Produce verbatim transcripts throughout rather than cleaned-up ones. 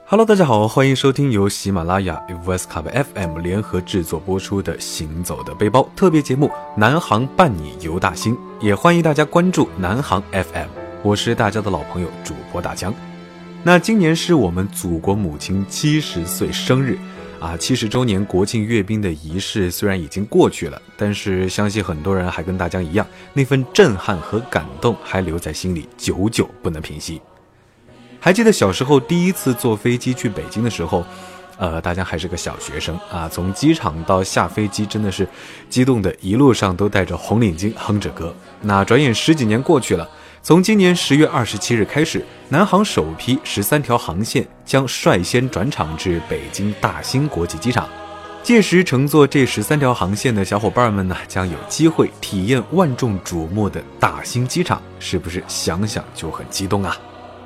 Hello， 大家好，欢迎收听由喜马拉雅 V S Club F M 联合制作播出的《行走的背包》特别节目《南航伴你游大兴》，也欢迎大家关注南航 F M， 我是大家的老朋友主播大江。那今年是我们祖国母亲七十岁生日啊，七十周年国庆阅兵的仪式虽然已经过去了，但是相信很多人还跟大江一样，那份震撼和感动还留在心里，久久不能平息。还记得小时候第一次坐飞机去北京的时候，呃，大家还是个小学生啊，从机场到下飞机真的是激动的，一路上都带着红领巾哼着歌。那转眼十几年过去了，从今年十月二十七日开始，南航首批十三条航线将率先转场至北京大兴国际机场。届时乘坐这十三条航线的小伙伴们呢，将有机会体验万众瞩目的大兴机场，是不是想想就很激动啊？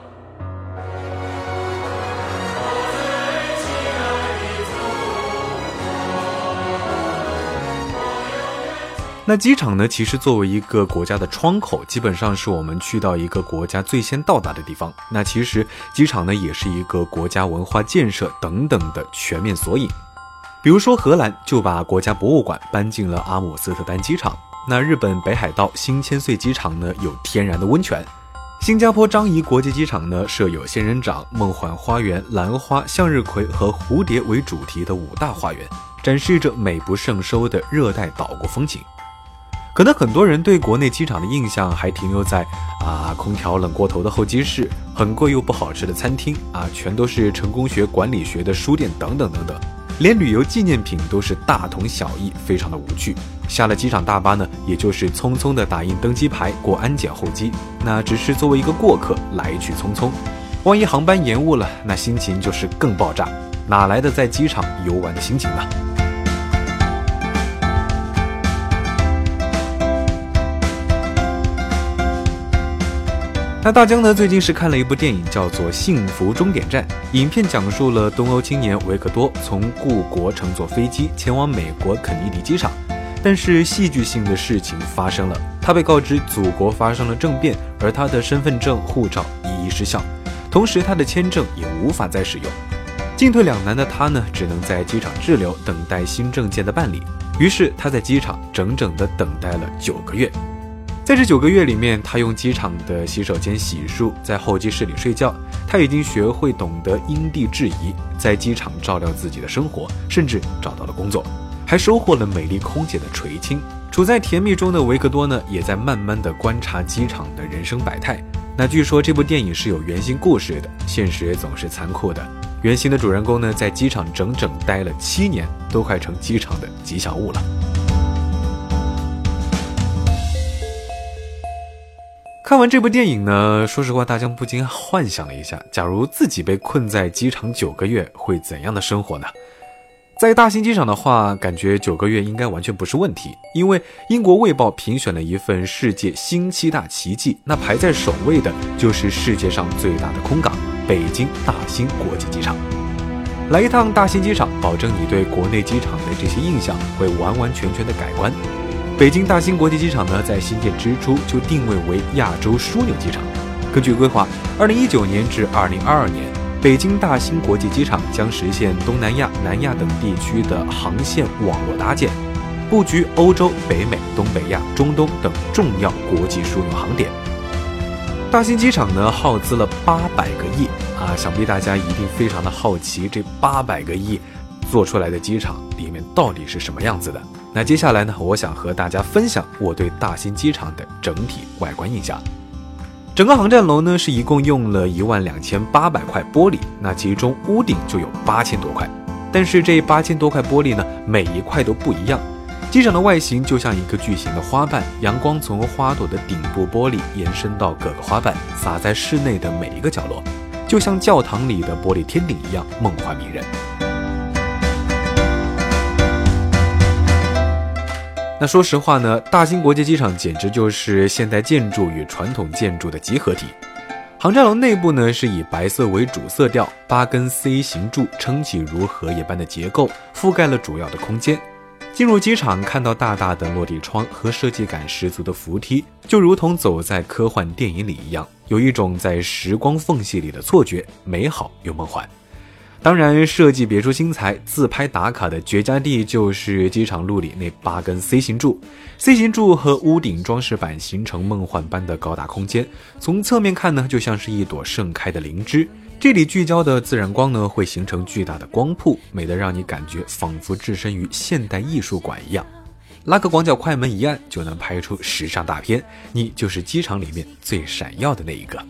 那机场呢，其实作为一个国家的窗口，基本上是我们去到一个国家最先到达的地方。那其实机场呢，也是一个国家文化建设等等的全面索引。比如说荷兰就把国家博物馆搬进了阿姆斯特丹机场，那日本北海道新千岁机场呢，有天然的温泉。新加坡樟宜国际机场呢，设有仙人掌、梦幻花园、兰花、向日葵和蝴蝶为主题的五大花园，展示着美不胜收的热带岛国风情。可能很多人对国内机场的印象还停留在啊，空调冷过头的候机室，很贵又不好吃的餐厅啊，全都是成功学管理学的书店等等等等，连旅游纪念品都是大同小异，非常的无趣。下了机场大巴呢，也就是匆匆的打印登机牌过安检候机，那只是作为一个过客，来去匆匆。万一航班延误了，那心情就是更爆炸，哪来的在机场游玩的心情呢？那大江呢，最近是看了一部电影叫做《幸福终点站》，影片讲述了东欧青年维克多从故国乘坐飞机前往美国肯尼迪机场，但是戏剧性的事情发生了，他被告知祖国发生了政变，而他的身份证、护照一一失效，同时他的签证也无法再使用。进退两难的他呢，只能在机场滞留，等待新证件的办理。于是他在机场整整的等待了九个月。在这九个月里面，他用机场的洗手间洗漱，在候机室里睡觉，他已经学会懂得因地制宜，在机场照料自己的生活，甚至找到了工作，还收获了美丽空姐的垂青。处在甜蜜中的维克多呢，也在慢慢的观察机场的人生百态。那据说这部电影是有原型故事的，现实总是残酷的。原型的主人公呢，在机场整整待了七年，都快成机场的吉祥物了。看完这部电影呢，说实话大江不禁幻想了一下，假如自己被困在机场九个月，会怎样的生活呢？在大兴机场的话，感觉九个月应该完全不是问题，因为英国卫报评选了一份世界新七大奇迹，那排在首位的就是世界上最大的空港——北京大兴国际机场。来一趟大兴机场，保证你对国内机场的这些印象会完完全全的改观。北京大兴国际机场呢，在新建之初就定位为亚洲枢纽机场。根据规划，二零一九年至二零二二年，北京大兴国际机场将实现东南亚、南亚等地区的航线网络搭建，布局欧洲、北美、东北亚、中东等重要国际枢纽航点。大兴机场呢，耗资了八百个亿啊，想必大家一定非常的好奇，这八百个亿做出来的机场里面到底是什么样子的。那接下来呢，我想和大家分享我对大兴机场的整体外观印象。整个航站楼呢，是一共用了一万两千八百块玻璃，那其中屋顶就有八千多块。但是这八千多块玻璃呢，每一块都不一样。机场的外形就像一个巨型的花瓣，阳光从花朵的顶部玻璃延伸到各个花瓣，洒在室内的每一个角落，就像教堂里的玻璃天顶一样梦幻迷人。那说实话呢，大兴国际机场简直就是现代建筑与传统建筑的集合体。航站楼内部呢，是以白色为主色调，八根 C 型柱撑起如荷叶般的结构，覆盖了主要的空间。进入机场，看到大大的落地窗和设计感十足的扶梯，就如同走在科幻电影里一样，有一种在时光缝隙里的错觉，美好又梦幻。 当然，设计别出心裁，自拍打卡的绝佳地就是机场路里那八根 C 型柱。C 型柱和屋顶装饰板形成梦幻般的高大空间，从侧面看呢，就像是一朵盛开的灵芝。这里聚焦的自然光呢，会形成巨大的光瀑，美得让你感觉仿佛置身于现代艺术馆一样。拉个广角快门一按，就能拍出时尚大片，你就是机场里面最闪耀的那一个。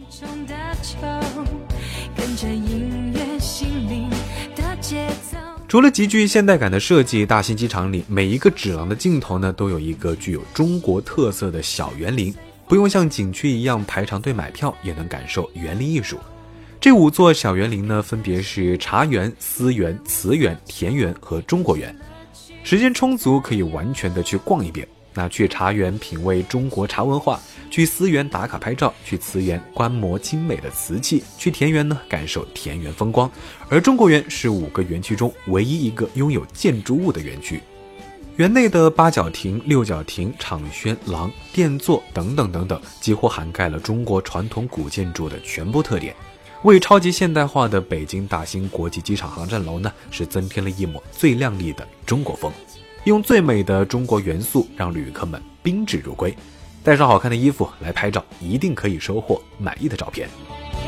除了极具现代感的设计，大兴机场里每一个指廊的尽头呢，都有一个具有中国特色的小园林，不用像景区一样排长队买票，也能感受园林艺术。这五座小园林呢，分别是茶园、思园、慈园、田园和中国园。时间充足，可以完全的去逛一遍。那去茶园品味中国茶文化，去思园打卡拍照，去慈园观摩精美的瓷器，去田园呢感受田园风光。而中国园是五个园区中唯一一个拥有建筑物的园区。园内的八角亭、六角亭、场轩、廊、殿座等等等等，几乎涵盖了中国传统古建筑的全部特点，为超级现代化的北京大兴国际机场航站楼呢，是增添了一抹最亮丽的中国风。用最美的中国元素让旅客们宾至如归，带上好看的衣服来拍照，一定可以收获满意的照片。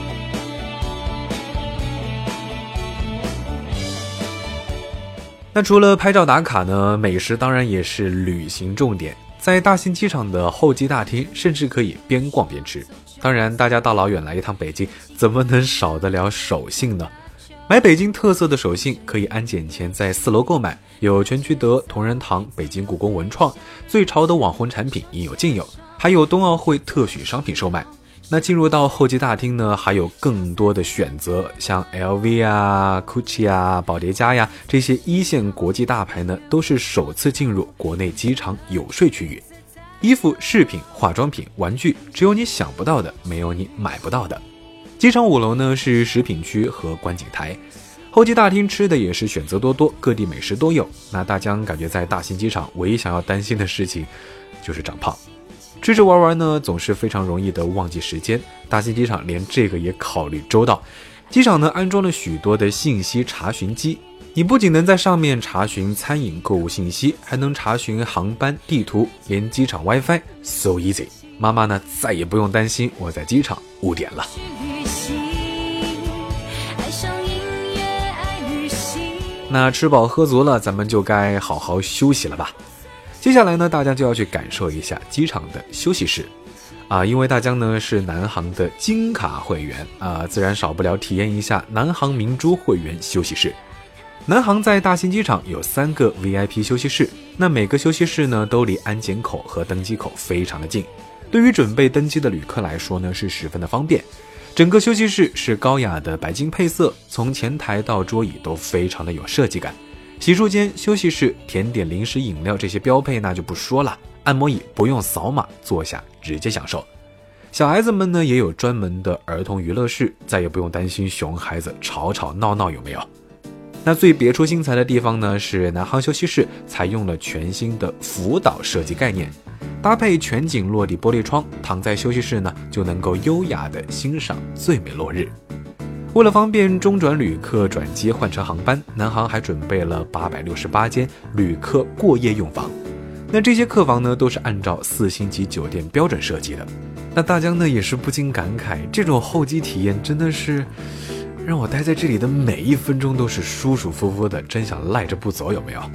那除了拍照打卡呢，美食当然也是旅行重点。在大兴机场的候机大厅，甚至可以边逛边吃。当然，大家大老远来一趟北京，怎么能少得了手信呢？买北京特色的手信可以按减钱在四楼购买，有全聚德、同仁堂、北京故宫文创，最潮的网红产品应有尽有，还有冬奥会特许商品售卖。那进入到候机大厅呢，还有更多的选择，像 L V 啊、Gucci 啊、宝蝶家呀，这些一线国际大牌呢，都是首次进入国内机场有税区域。衣服、饰品、化妆品、玩具，只有你想不到的，没有你买不到的。机场五楼呢是食品区和观景台，候机大厅吃的也是选择多多，各地美食都有。那大疆感觉在大兴机场唯一想要担心的事情就是长胖，吃吃玩玩呢总是非常容易的忘记时间，大兴机场连这个也考虑周到。机场呢安装了许多的信息查询机，你不仅能在上面查询餐饮购物信息，还能查询航班地图，连机场 WiFi so easy。 妈妈呢再也不用担心我在机场误点了。那吃饱喝足了，咱们就该好好休息了吧。接下来呢，大家就要去感受一下机场的休息室啊，因为大疆呢是南航的金卡会员啊，自然少不了体验一下南航明珠会员休息室。南航在大兴机场有三个 V I P 休息室，那每个休息室呢都离安检口和登机口非常的近，对于准备登机的旅客来说呢是十分的方便。整个休息室是高雅的白金配色，从前台到桌椅都非常的有设计感。洗漱间、休息室、甜点、零食、饮料这些标配那就不说了，按摩椅不用扫码，坐下直接享受。小孩子们呢也有专门的儿童娱乐室，再也不用担心熊孩子吵吵闹闹有没有。那最别出心裁的地方呢是南航休息室采用了全新的辅导设计概念，搭配全景落地玻璃窗，躺在休息室呢就能够优雅地欣赏最美落日。为了方便中转旅客转机换乘航班，南航还准备了八百六十八间旅客过夜用房。那这些客房呢都是按照四星级酒店标准设计的。那大疆呢也是不禁感慨，这种候机体验真的是让我待在这里的每一分钟都是舒舒服服的，真想赖着不走，有没有？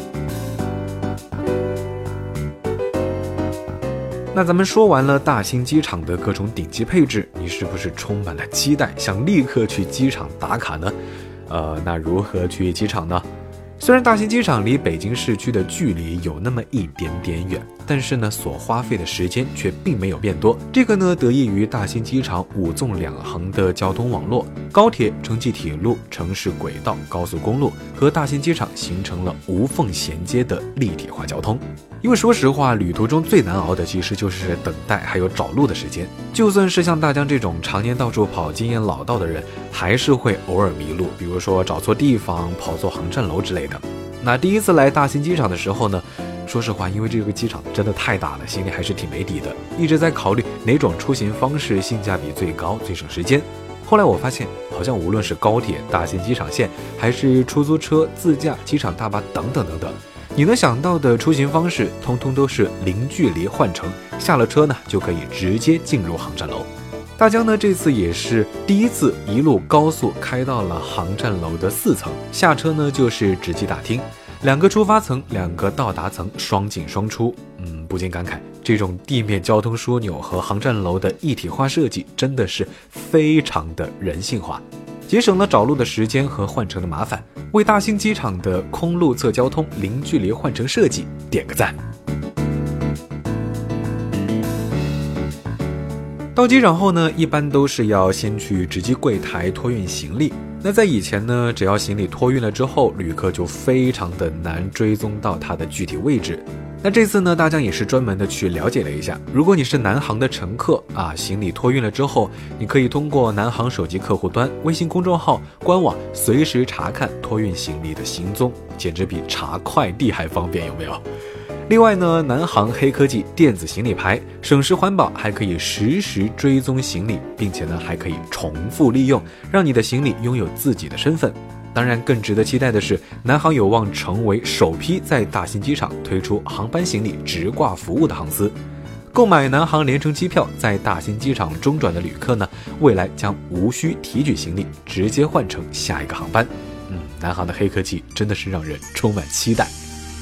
那咱们说完了大兴机场的各种顶级配置，你是不是充满了期待，想立刻去机场打卡呢？呃，那如何去机场呢？虽然大兴机场离北京市区的距离有那么一点点远，但是呢，所花费的时间却并没有变多。这个呢，得益于大兴机场五纵两航的交通网络，高铁、城际铁路、城市轨道、高速公路和大兴机场形成了无缝衔接的立体化交通。因为说实话，旅途中最难熬的其实就是等待还有找路的时间。就算是像大疆这种常年到处跑、经验老道的人，还是会偶尔迷路，比如说找错地方、跑错航站楼之类的。那第一次来大兴机场的时候呢，说实话，因为这个机场真的太大了，心里还是挺没底的，一直在考虑哪种出行方式性价比最高、最省时间。 后来我发现，好像无论是高铁、大兴机场线，还是出租车、自驾、机场大巴等等等等，你能想到的出行方式，通通都是零距离换乘，下了车呢就可以直接进入航站楼。大疆呢这次也是第一次一路高速开到了航站楼的四层，下车呢就是直击大厅，两个出发层，两个到达层，双进双出。嗯，不禁感慨，这种地面交通枢纽和航站楼的一体化设计真的是非常的人性化，节省了找路的时间和换乘的麻烦，为大兴机场的空路侧交通零距离换乘设计点个赞。到机场后呢，一般都是要先去值机柜台托运行李。那在以前呢，只要行李托运了之后，旅客就非常的难追踪到它的具体位置。那这次呢，大疆也是专门的去了解了一下，如果你是南航的乘客啊，行李托运了之后，你可以通过南航手机客户端、微信公众号、官网随时查看托运行李的行踪，简直比查快递还方便，有没有？另外呢，南航黑科技电子行李牌省时环保，还可以实时追踪行李，并且呢还可以重复利用，让你的行李拥有自己的身份。当然更值得期待的是，南航有望成为首批在大兴机场推出航班行李直挂服务的航司。购买南航联程机票在大兴机场中转的旅客呢，未来将无需提取行李，直接换乘下一个航班。嗯，南航的黑科技真的是让人充满期待。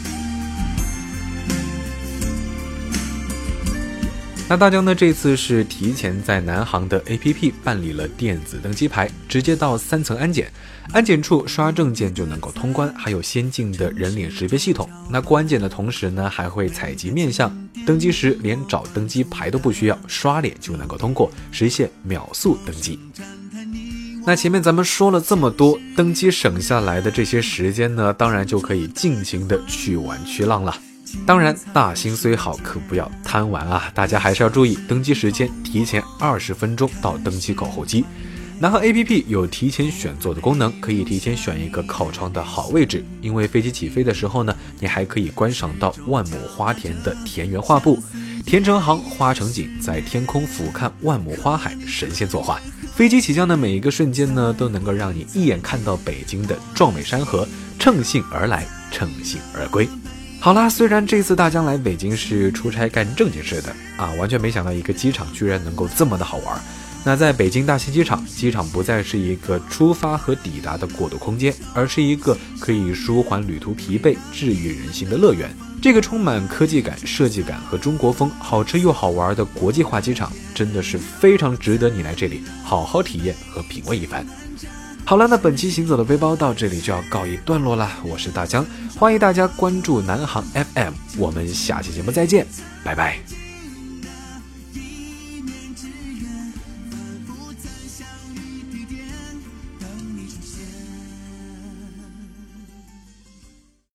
那大疆呢这次是提前在南航的 A P P 办理了电子登机牌，直接到三层安检，安检处刷证件就能够通关，还有先进的人脸识别系统。那过安检的同时呢，还会采集面相，登机时连找登机牌都不需要，刷脸就能够通过，实现秒速登机。那前面咱们说了这么多，登机省下来的这些时间呢，当然就可以尽情的去玩去浪了。当然大兴虽好，可不要贪玩啊，大家还是要注意登机时间提前二十分钟到登机口候机。南航 A P P 有提前选座的功能，可以提前选一个靠窗的好位置，因为飞机起飞的时候呢，你还可以观赏到万亩花田的田园画布，田成行花成景，在天空俯瞰万亩花海，神仙作画。飞机起降的每一个瞬间呢，都能够让你一眼看到北京的壮美山河，乘兴而来，乘兴而归。好啦，虽然这次大疆来北京是出差干正经事的啊，完全没想到一个机场居然能够这么的好玩。那在北京大兴机场，机场不再是一个出发和抵达的过渡空间，而是一个可以舒缓旅途疲惫、治愈人心的乐园。这个充满科技感、设计感和中国风、好吃又好玩的国际化机场，真的是非常值得你来这里好好体验和品味一番。好了，那本期行走的背包到这里就要告一段落了。我是大疆，欢迎大家关注南航 F M， 我们下期节目再见，拜拜。